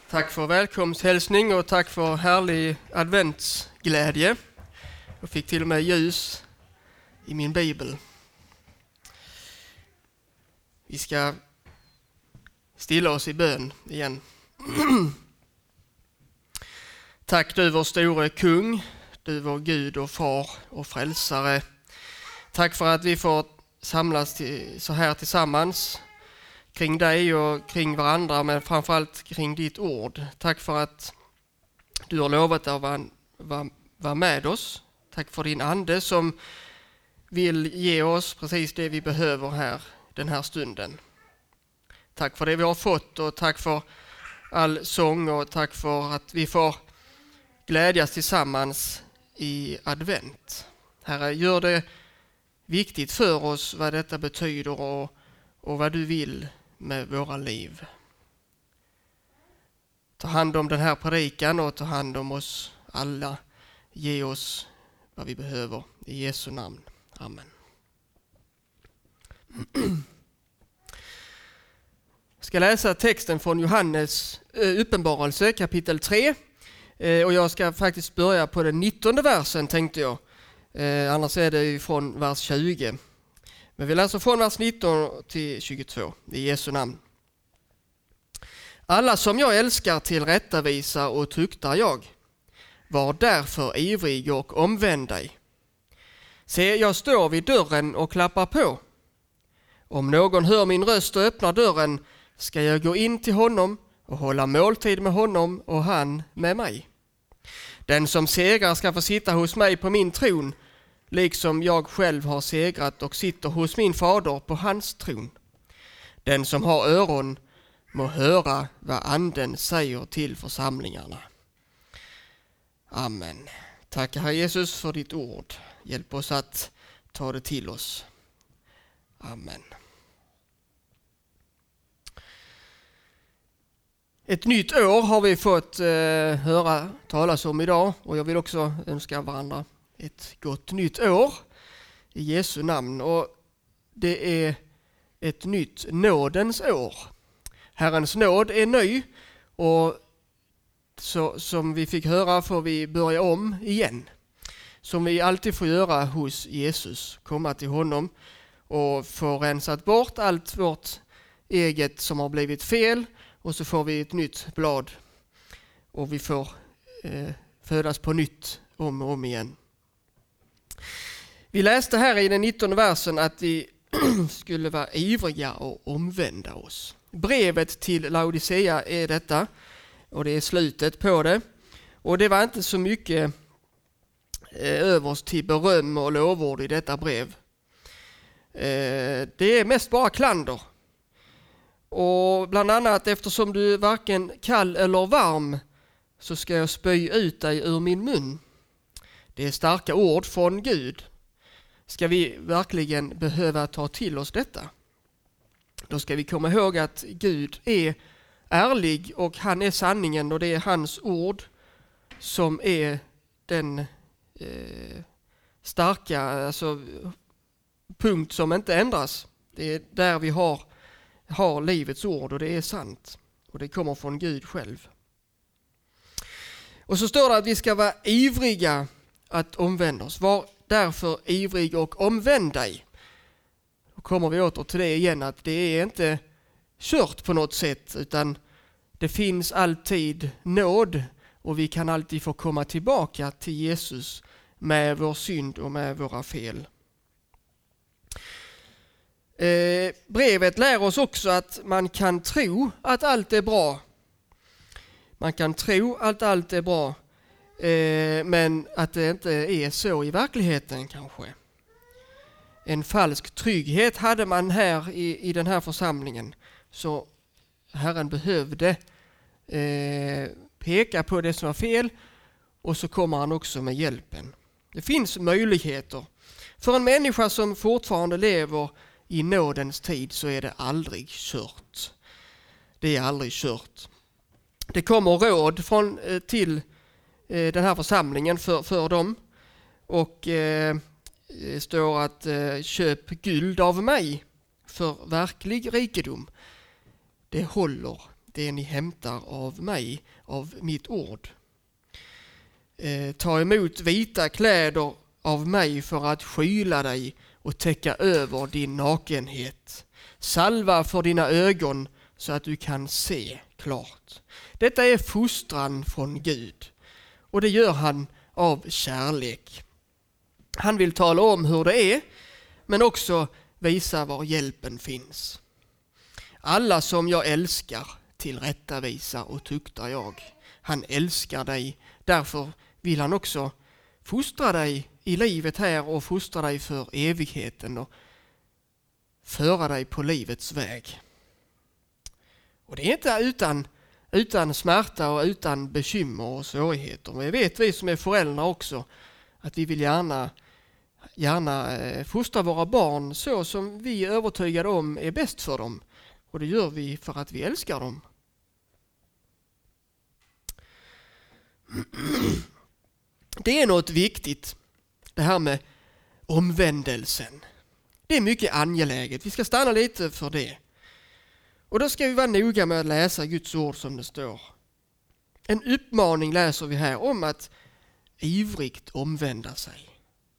Tack för välkomsthälsning och tack för härlig adventsglädje. Jag fick till och med ljus i min bibel. Vi ska stilla oss i bön igen. Tack du vår store kung, du vår Gud och far och frälsare. Tack för att vi får samlas så här tillsammans kring dig och kring varandra, men framförallt kring ditt ord. Tack för att du har lovat att vara med oss. Tack för din ande som vill ge oss precis det vi behöver här den här stunden. Tack för det vi har fått och tack för all sång och tack för att vi får glädjas tillsammans i advent. Herre, gör det viktigt för oss vad detta betyder och vad du vill med våra liv. Ta hand om den här predikan och ta hand om oss alla. Ge oss vad vi behöver. I Jesu namn. Amen. Jag ska läsa texten från Johannes uppenbarelse kapitel 3. Och jag ska faktiskt börja på den 19:e versen tänkte jag. Annars är det från vers 20. Men vi läser från vers 19 till 22 i Jesu namn. Alla som jag älskar tillrättavisar och tuktar jag. Var därför ivrig och omvänd dig. Se, jag står vid dörren och klappar på. Om någon hör min röst och öppnar dörren ska jag gå in till honom och hålla måltid med honom och han med mig. Den som segrar ska få sitta hos mig på min tron, liksom jag själv har segrat och sitter hos min fader på hans tron. Den som har öron må höra vad anden säger till församlingarna. Amen. Tack Herre Jesus för ditt ord. Hjälp oss att ta det till oss. Amen. Ett nytt år har vi fått höra talas om idag och jag vill också önska varandra ett gott nytt år i Jesu namn. Och det är ett nytt nådens år. Herrens nåd är ny och så, som vi fick höra får vi börja om igen. Som vi alltid får göra hos Jesus. Komma till honom och få rensat bort allt vårt eget som har blivit fel. Och så får vi ett nytt blad och vi får födas på nytt om och om igen. Vi läste här i den 19:e versen att vi skulle vara ivriga och omvända oss. Brevet till Laodicea är detta och det är slutet på det. Och det var inte så mycket övers till beröm och lovord i detta brev. Det är mest bara klander. Och bland annat eftersom du är varken kall eller varm så ska jag spy ut dig ur min mun. Det är starka ord från Gud. Ska vi verkligen behöva ta till oss detta? Då ska vi komma ihåg att Gud är ärlig och han är sanningen och det är hans ord som är den starka punkt som inte ändras. Det är där vi har livets ord och det är sant. Och det kommer från Gud själv. Och så står det att vi ska vara ivriga att omvända oss. Var därför ivrig och omvänd dig. Då kommer vi åter till det igen att det är inte kört på något sätt utan det finns alltid nåd och vi kan alltid få komma tillbaka till Jesus med vår synd och med våra fel. Brevet lär oss också att man kan tro att allt är bra. Man kan tro att allt är bra, men att det inte är så i verkligheten kanske. En falsk trygghet hade man här i den här församlingen. Så Herren behövde peka på det som var fel och så kommer han också med hjälpen. Det finns möjligheter. För en människa som fortfarande lever i nådens tid så är det aldrig kört. Det är aldrig kört. Det kommer råd till den här församlingen för dem. Och det står att köp guld av mig för verklig rikedom. Det håller. det ni hämtar av mig, av mitt ord. Ta emot vita kläder av mig för att skyla dig och täcka över din nakenhet. Salva för dina ögon så att du kan se klart. Detta är fostran från Gud, och det gör han av kärlek. Han vill tala om hur det är, men också visa var hjälpen finns. Alla som jag älskar tillrättavisar och tuktar jag. Han älskar dig, därför vill han också fostra dig i livet här och fostra dig för evigheten och föra dig på livets väg. Och det är inte utan smärta och utan bekymmer och svårigheter. Men jag vet vi som är föräldrar också att vi vill gärna fostra våra barn så som vi är övertygade om är bäst för dem. Och det gör vi för att vi älskar dem. Det är något viktigt, det här med omvändelsen. Det är mycket angeläget. Vi ska stanna lite för det. Och då ska vi vara noga med att läsa Guds ord som det står. En uppmaning läser vi här om att ivrigt omvända sig.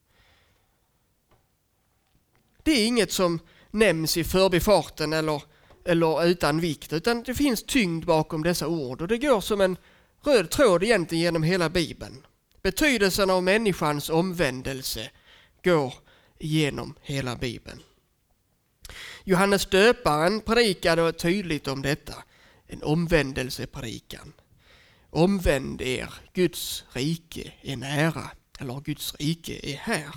Det är inget som nämns i förbifarten eller utan vikt, utan det finns tyngd bakom dessa ord. Och det går som en röd tråd egentligen genom hela Bibeln. Betydelsen av människans omvändelse går genom hela Bibeln. Johannes döparen predikade tydligt om detta. En omvändelsepredikan. Omvänd er, Guds rike är nära. Eller Guds rike är här.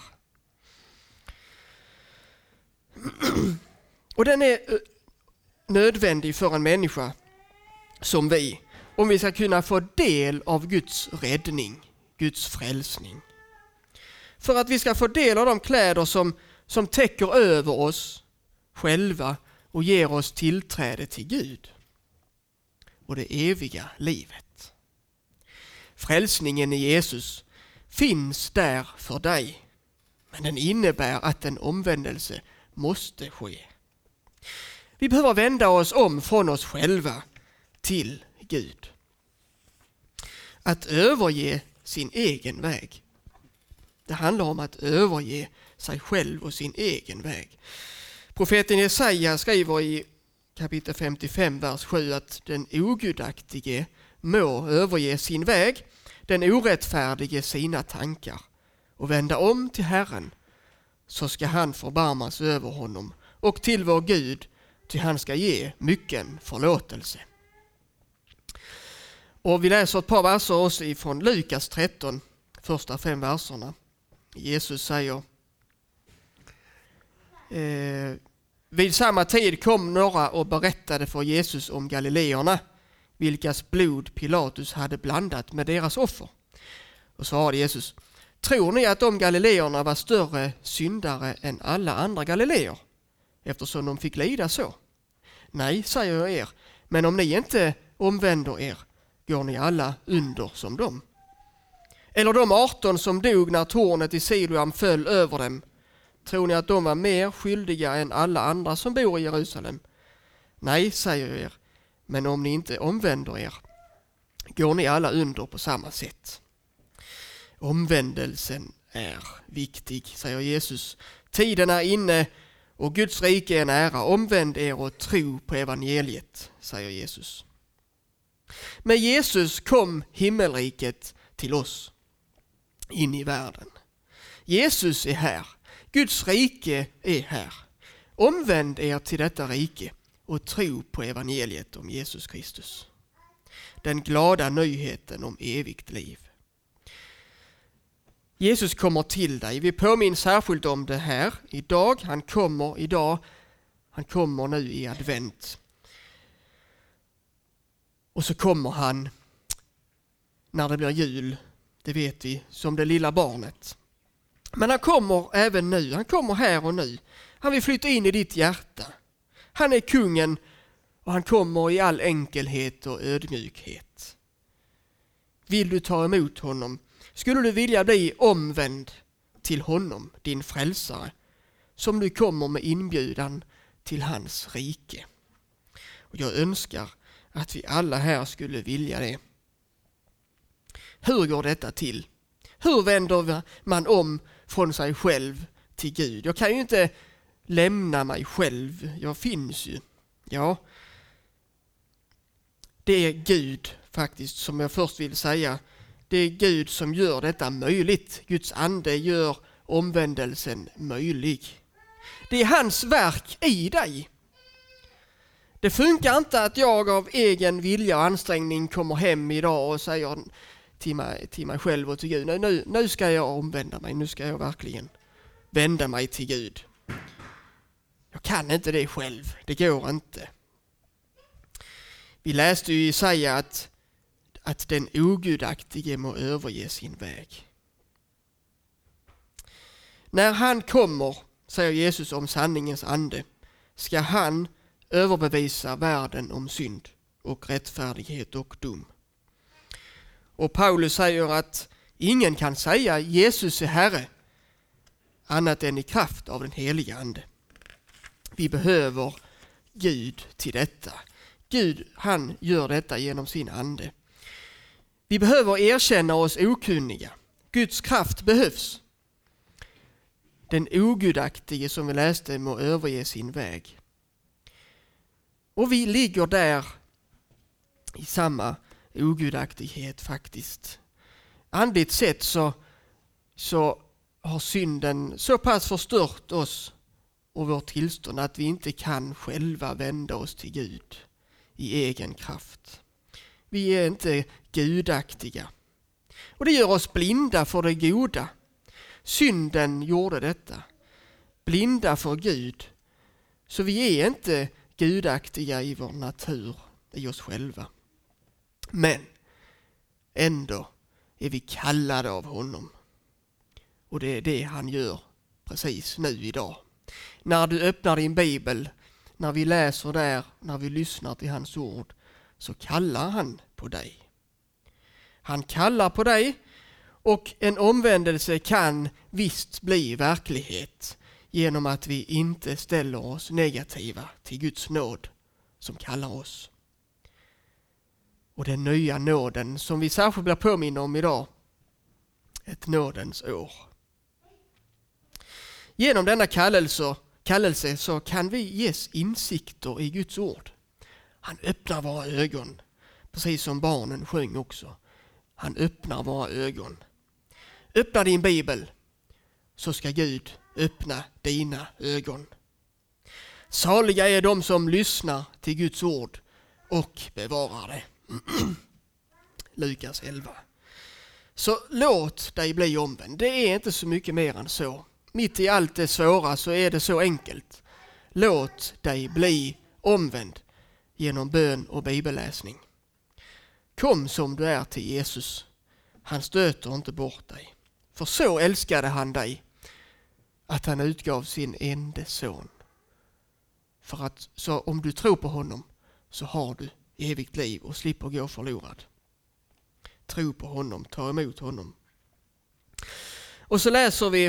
Och den är nödvändig för en människa som vi. Om vi ska kunna få del av Guds räddning, Guds frälsning. För att vi ska få del av de kläder som täcker över oss själva och ger oss tillträde till Gud och det eviga livet. Frälsningen i Jesus finns där för dig, men den innebär att en omvändelse måste ske. Vi behöver vända oss om från oss själva till Gud. Att överge sin egen väg. Det handlar om att överge sig själv och sin egen väg. Profeten Jesaja skriver i kapitel 55, vers 7 att den ogudaktige må överge sin väg, den orättfärdige sina tankar och vända om till Herren, så ska han förbarmas över honom och till vår Gud, ty han ska ge mycken förlåtelse. Och vi läser ett par verser också ifrån Lukas 13, första 5 verserna. Jesus säger: vid samma tid kom några och berättade för Jesus om galileerna, vilkas blod Pilatus hade blandat med deras offer. Och svarade Jesus: tror ni att de galileerna var större syndare än alla andra galileer, eftersom de fick lida så? Nej, säger jag er, men om ni inte omvänder er, går ni alla under som dem. Eller de 18 som dog när tornet i Siloam föll över dem, tror ni att de var mer skyldiga än alla andra som bor i Jerusalem? Nej, säger jag er, men om ni inte omvänder er, går ni alla under på samma sätt. Omvändelsen är viktig, säger Jesus. Tiden är inne och Guds rike är nära. Omvänd er och tro på evangeliet, säger Jesus. Med Jesus kom himmelriket till oss, in i världen. Jesus är här. Guds rike är här. Omvänd er till detta rike och tro på evangeliet om Jesus Kristus. Den glada nyheten om evigt liv. Jesus kommer till dig. Vi påminner särskilt om det här idag. Han kommer idag. Han kommer nu i advent. Och så kommer han när det blir jul, det vet vi, som det lilla barnet. Men han kommer även nu. Han kommer här och nu. Han vill flytta in i ditt hjärta. Han är kungen och han kommer i all enkelhet och ödmjukhet. Vill du ta emot honom? Skulle du vilja bli omvänd till honom, din frälsare, som du kommer med inbjudan till hans rike? Och jag önskar att vi alla här skulle vilja det. Hur går detta till? Hur vänder man om från sig själv till Gud? Jag kan ju inte lämna mig själv. Jag finns ju. Ja, det är Gud faktiskt som jag först vill säga. Det är Gud som gör detta möjligt. Guds ande gör omvändelsen möjlig. Det är hans verk i dig. Det funkar inte att jag av egen vilja och ansträngning kommer hem idag och säger till mig själv och till Gud, nu ska jag omvända mig, nu ska jag verkligen vända mig till Gud. Jag kan inte det själv, det går inte. Vi läste ju i Jesaja att den ogudaktige må överge sin väg. När han kommer, säger Jesus om sanningens ande, ska han överbevisa världen om synd och rättfärdighet och dom. Och Paulus säger att ingen kan säga Jesus är Herre annat än i kraft av den heliga ande. Vi behöver Gud till detta. Gud, han gör detta genom sin ande. Vi behöver erkänna oss okunniga. Guds kraft behövs. Den ogudaktige som vi läste må överge sin väg. Och vi ligger där i samma ogudaktighet faktiskt. Andligt sett så har synden så pass förstört oss och vårt tillstånd att vi inte kan själva vända oss till Gud i egen kraft. Vi är inte gudaktiga. Och det gör oss blinda för det goda. Synden gjorde detta. Blinda för Gud. Så vi är inte gudaktiga i vår natur, i oss själva. Men ändå är vi kallade av honom. Och det är det han gör precis nu idag. När du öppnar din bibel, när vi läser där, när vi lyssnar till hans ord, så kallar han på dig. Han kallar på dig, och en omvändelse kan visst bli verklighet genom att vi inte ställer oss negativa till Guds nåd som kallar oss. Och den nya nåden som vi särskilt blir påminna om idag, ett nådens år. Genom denna kallelse så kan vi ges insikter i Guds ord. Han öppnar våra ögon, precis som barnen sjöng också. Han öppnar våra ögon. Öppna din bibel, så ska Gud öppna dina ögon. Saliga är de som lyssnar till Guds ord och bevarar det. Lukas 11. Så låt dig bli omvänd. Det är inte så mycket mer än så. Mitt i allt det svåra så är det så enkelt. Låt dig bli omvänd genom bön och bibelläsning. Kom som du är till Jesus. Han stöter inte bort dig. För så älskade han dig att han utgav sin enda son. För att så om du tror på honom så har du evigt liv och slipper gå förlorad. Tro på honom, ta emot honom. Och så läser vi: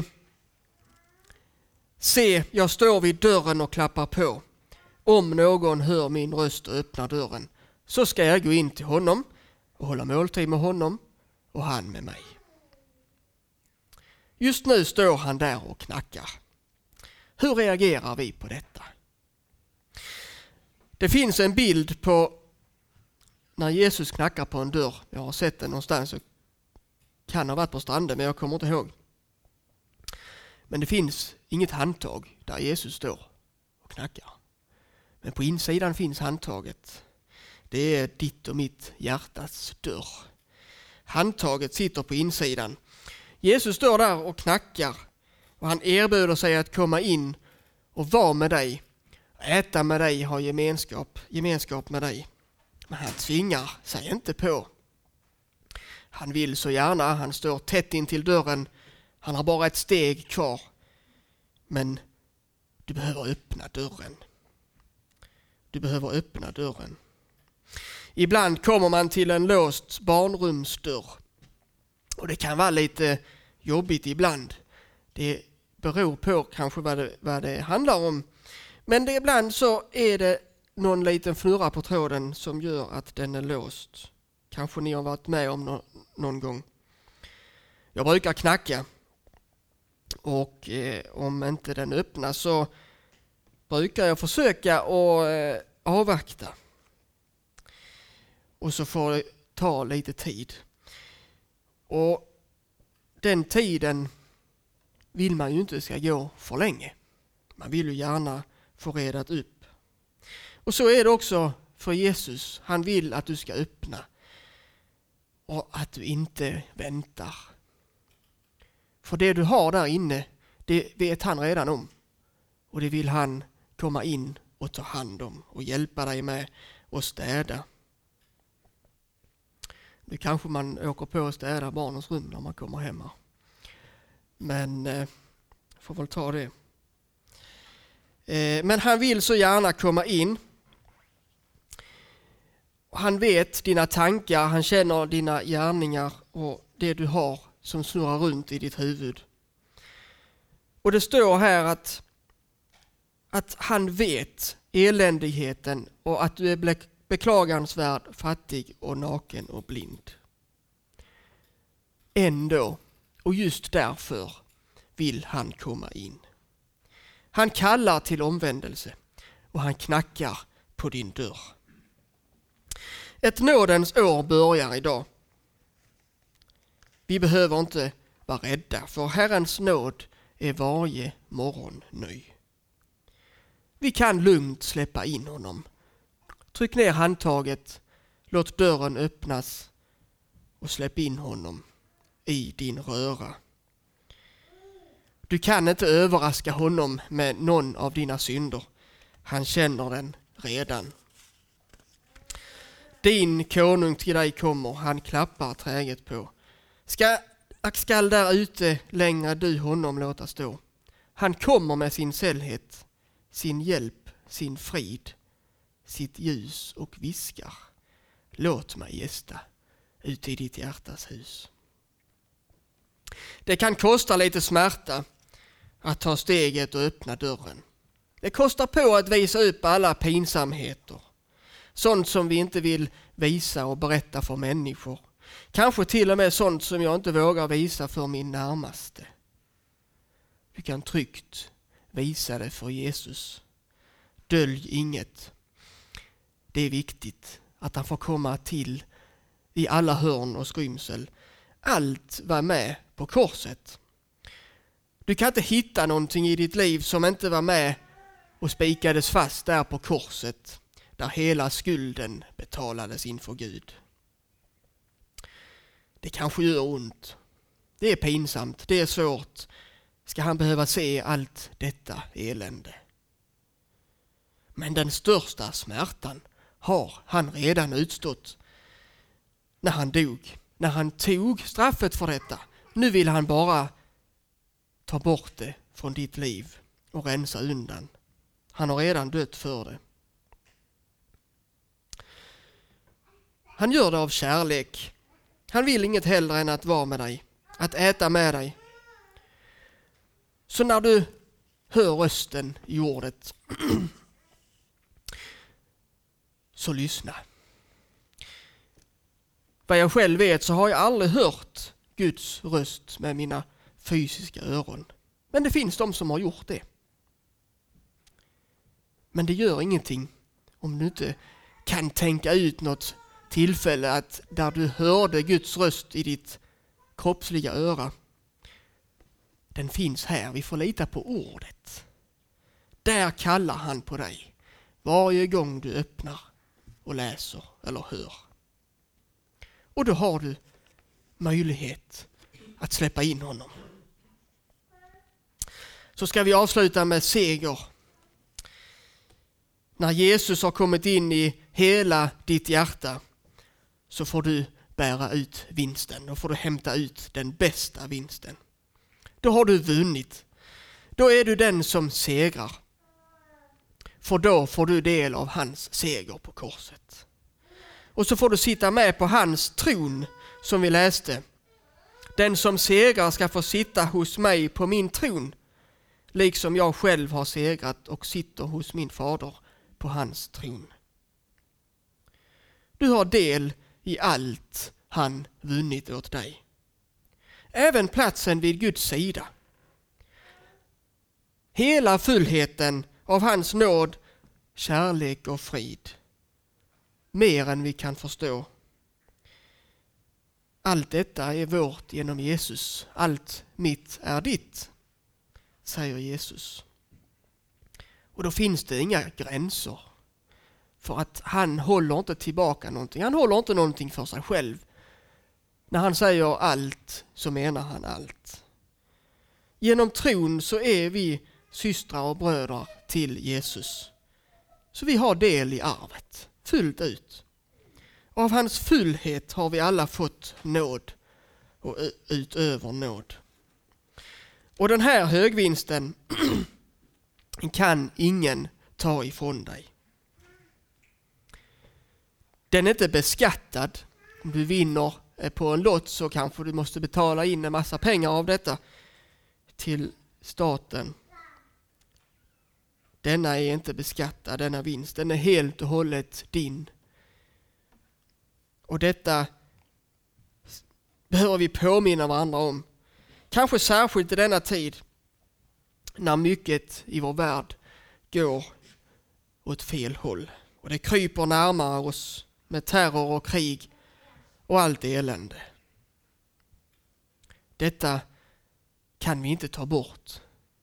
Se, jag står vid dörren och klappar på. Om någon hör min röst och öppnar dörren, så ska jag gå in till honom och hålla måltid med honom och han med mig. Just nu står han där och knackar. Hur reagerar vi på detta? Det finns en bild på när Jesus knackar på en dörr. Jag har sett den någonstans och kan ha varit på stranden, men jag kommer inte ihåg. Men det finns inget handtag där Jesus står och knackar. Men på insidan finns handtaget. Det är ditt och mitt hjärtats dörr. Handtaget sitter på insidan. Jesus står där och knackar och han erbjuder sig att komma in och vara med dig. Äta med dig, ha gemenskap med dig. Men han tvingar sig inte på. Han vill så gärna, han står tätt in till dörren. Han har bara ett steg kvar. Men du behöver öppna dörren. Du behöver öppna dörren. Ibland kommer man till en låst barnrumsdörr. Och det kan vara lite jobbigt ibland. Det beror på kanske vad det handlar om. Men ibland så är det någon liten fnurra på tråden som gör att den är låst. Kanske ni har varit med om någon gång. Jag brukar knacka. Och om inte den öppnas så brukar jag försöka att avvakta. Och så får det ta lite tid. Och den tiden vill man ju inte ska gå för länge. Man vill ju gärna få redat upp. Och så är det också för Jesus. Han vill att du ska öppna. Och att du inte väntar. För det du har där inne, det vet han redan om. Och det vill han komma in och ta hand om. Och hjälpa dig med att städa. Nu kanske man åker på att städa barnens rum när man kommer hemma. Men får väl ta det. Men han vill så gärna komma in. Han vet dina tankar, han känner dina gärningar och det du har som snurrar runt i ditt huvud. Och det står här att han vet eländigheten och att du är beklagansvärd, fattig och naken och blind. Ändå, och just därför, vill han komma in. Han kallar till omvändelse och han knackar på din dörr. Ett nådens år börjar idag. Vi behöver inte vara rädda, för Herrens nåd är varje morgon ny. Vi kan lugnt släppa in honom. Tryck ner handtaget, låt dörren öppnas och släpp in honom i din röra. Du kan inte överraska honom med någon av dina synder. Han känner den redan. Din konung till dig kommer, han klappar träget på. Skall där ute längre du honom låta stå. Han kommer med sin sällhet, sin hjälp, sin frid, sitt ljus och viskar. Låt mig gästa ute i ditt hjärtas hus. Det kan kosta lite smärta att ta steget och öppna dörren. Det kostar på att visa upp alla pinsamheter. Sånt som vi inte vill visa och berätta för människor. Kanske till och med sånt som jag inte vågar visa för min närmaste. Du kan tryggt visa det för Jesus. Dölj inget. Det är viktigt att han får komma till i alla hörn och skrymsel. Allt var med på korset. Du kan inte hitta någonting i ditt liv som inte var med och spikades fast där på korset. Där hela skulden betalades inför Gud. Det kanske gör ont. Det är pinsamt. Det är svårt. Ska han behöva se allt detta elände? Men den största smärtan har han redan utstått när han dog. När han tog straffet för detta. Nu vill han bara ta bort det från ditt liv och rensa undan. Han har redan dött för det. Han gör det av kärlek. Han vill inget hellre än att vara med dig, att äta med dig. Så när du hör rösten i ordet så lyssna. Vad jag själv vet så har jag aldrig hört Guds röst med mina fysiska öron. Men det finns de som har gjort det. Men det gör ingenting om du inte kan tänka ut något tillfälle att där du hörde Guds röst i ditt kroppsliga öra. Den finns här, vi får lita på ordet. Där kallar han på dig varje gång du öppnar och läser eller hör. Och då har du möjlighet att släppa in honom. Så ska vi avsluta med seger. När Jesus har kommit in i hela ditt hjärta så får du bära ut vinsten. Då får du hämta ut den bästa vinsten. Då har du vunnit. Då är du den som segrar. För då får du del av hans seger på korset. Och så får du sitta med på hans tron som vi läste. Den som segrar ska få sitta hos mig på min tron. Liksom jag själv har segrat och sitter hos min fader på hans tron. Du har del i allt han vunnit åt dig. Även platsen vid Guds sida. Hela fullheten av hans nåd, kärlek och frid. Mer än vi kan förstå. Allt detta är vårt genom Jesus. Allt mitt är ditt, säger Jesus. Och då finns det inga gränser. För att han håller inte tillbaka någonting. Han håller inte någonting för sig själv. När han säger allt så menar han allt. Genom tron så är vi systrar och bröder till Jesus. Så vi har del i arvet, fullt ut. Av hans fullhet har vi alla fått nåd och utöver nåd. Och den här högvinsten kan ingen ta ifrån dig. Den är inte beskattad. Om du vinner på en lott så kanske du måste betala in en massa pengar av detta till staten. Denna är inte beskattad, denna vinst. Den är helt och hållet din. Och detta behöver vi påminna varandra om. Kanske särskilt i denna tid när mycket i vår värld går åt fel håll. Och det kryper närmare oss med terror och krig och allt elände. Detta kan vi inte ta bort.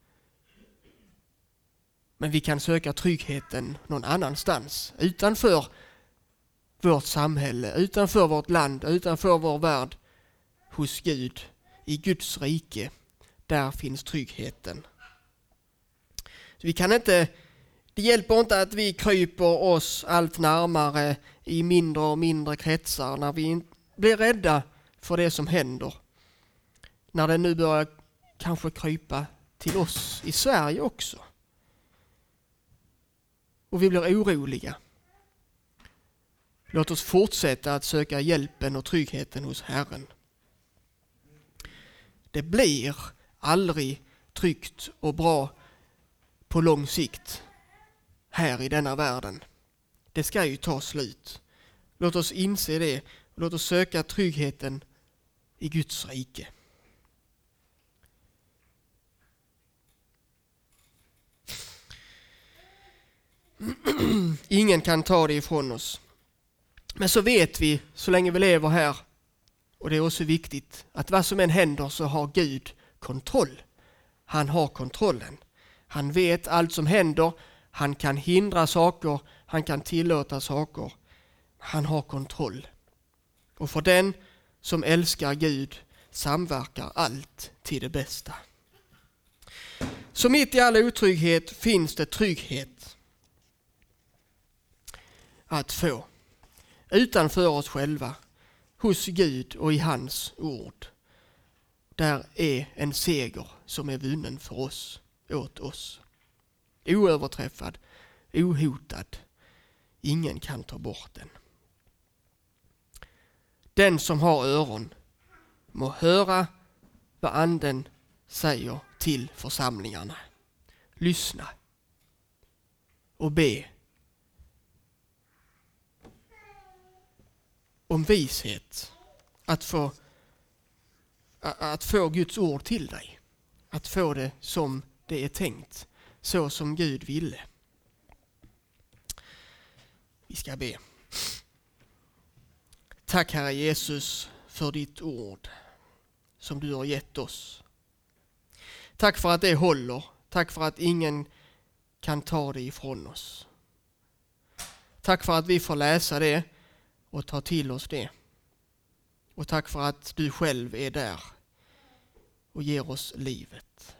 Men vi kan söka tryggheten någon annanstans. Utanför vårt samhälle, utanför vårt land, utanför vår värld. Hos Gud, i Guds rike. Där finns tryggheten. Så vi kan inte, det hjälper inte att vi kryper oss allt närmare i mindre och mindre kretsar när vi blir rädda för det som händer. När det nu börjar kanske krypa till oss i Sverige också. Och vi blir oroliga. Låt oss fortsätta att söka hjälpen och tryggheten hos Herren. Det blir aldrig tryggt och bra på lång sikt här i denna världen. Det ska ju ta slut. Låt oss inse det. Låt oss söka tryggheten i Guds rike. Ingen kan ta det ifrån oss. Men så vet vi så länge vi lever här, och det är också viktigt, att vad som än händer så har Gud kontroll. Han har kontrollen. Han vet allt som händer. Han kan hindra saker. Han kan tillåta saker. Han har kontroll. Och för den som älskar Gud samverkar allt till det bästa. Så mitt i all otrygghet finns det trygghet att få. Utanför oss själva, hos Gud och i hans ord. Där är en seger som är vunnen för oss, åt oss. Oöverträffad, ohotad. Ingen kan ta bort den. Den som har öron må höra vad anden säger till församlingarna. Lyssna och be om vishet att få Guds ord till dig. Att få det som det är tänkt. Så som Gud ville. Vi ska be. Tack Herre Jesus för ditt ord som du har gett oss. Tack för att det håller. Tack för att ingen kan ta det ifrån oss. Tack för att vi får läsa det och ta till oss det. Och tack för att du själv är där och ger oss livet.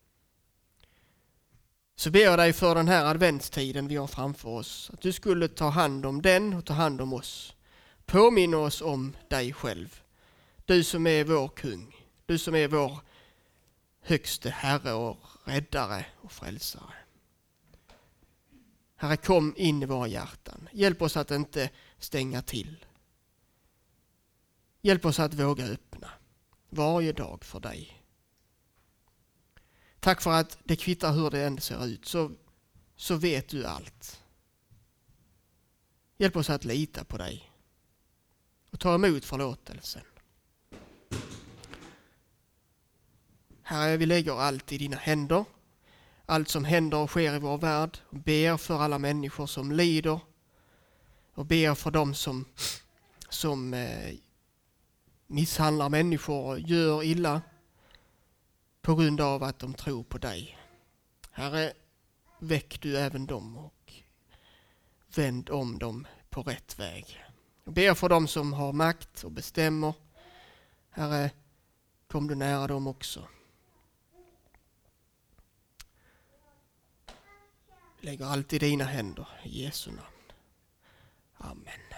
Så ber jag dig för den här adventstiden vi har framför oss. Att du skulle ta hand om den och ta hand om oss. Påminna oss om dig själv. Du som är vår kung. Du som är vår högste Herre och räddare och frälsare. Herre, kom in i våra hjärtan. Hjälp oss att inte stänga till. Hjälp oss att våga öppna varje dag för dig. Tack för att det kvittar hur det än ser ut, så vet du allt. Hjälp oss att lita på dig och ta emot förlåtelsen. Herre, vi lägger allt i dina händer. Allt som händer och sker i vår värld. Och ber för alla människor som lider. Och ber för dem som misshandlar människor och gör illa på grund av att de tror på dig. Herre, väck du även dem och vänd om dem på rätt väg. Och ber för dem som har makt och bestämmer. Herre, kom du nära dem också. Lägger allt i dina händer i Jesu namn. Amen.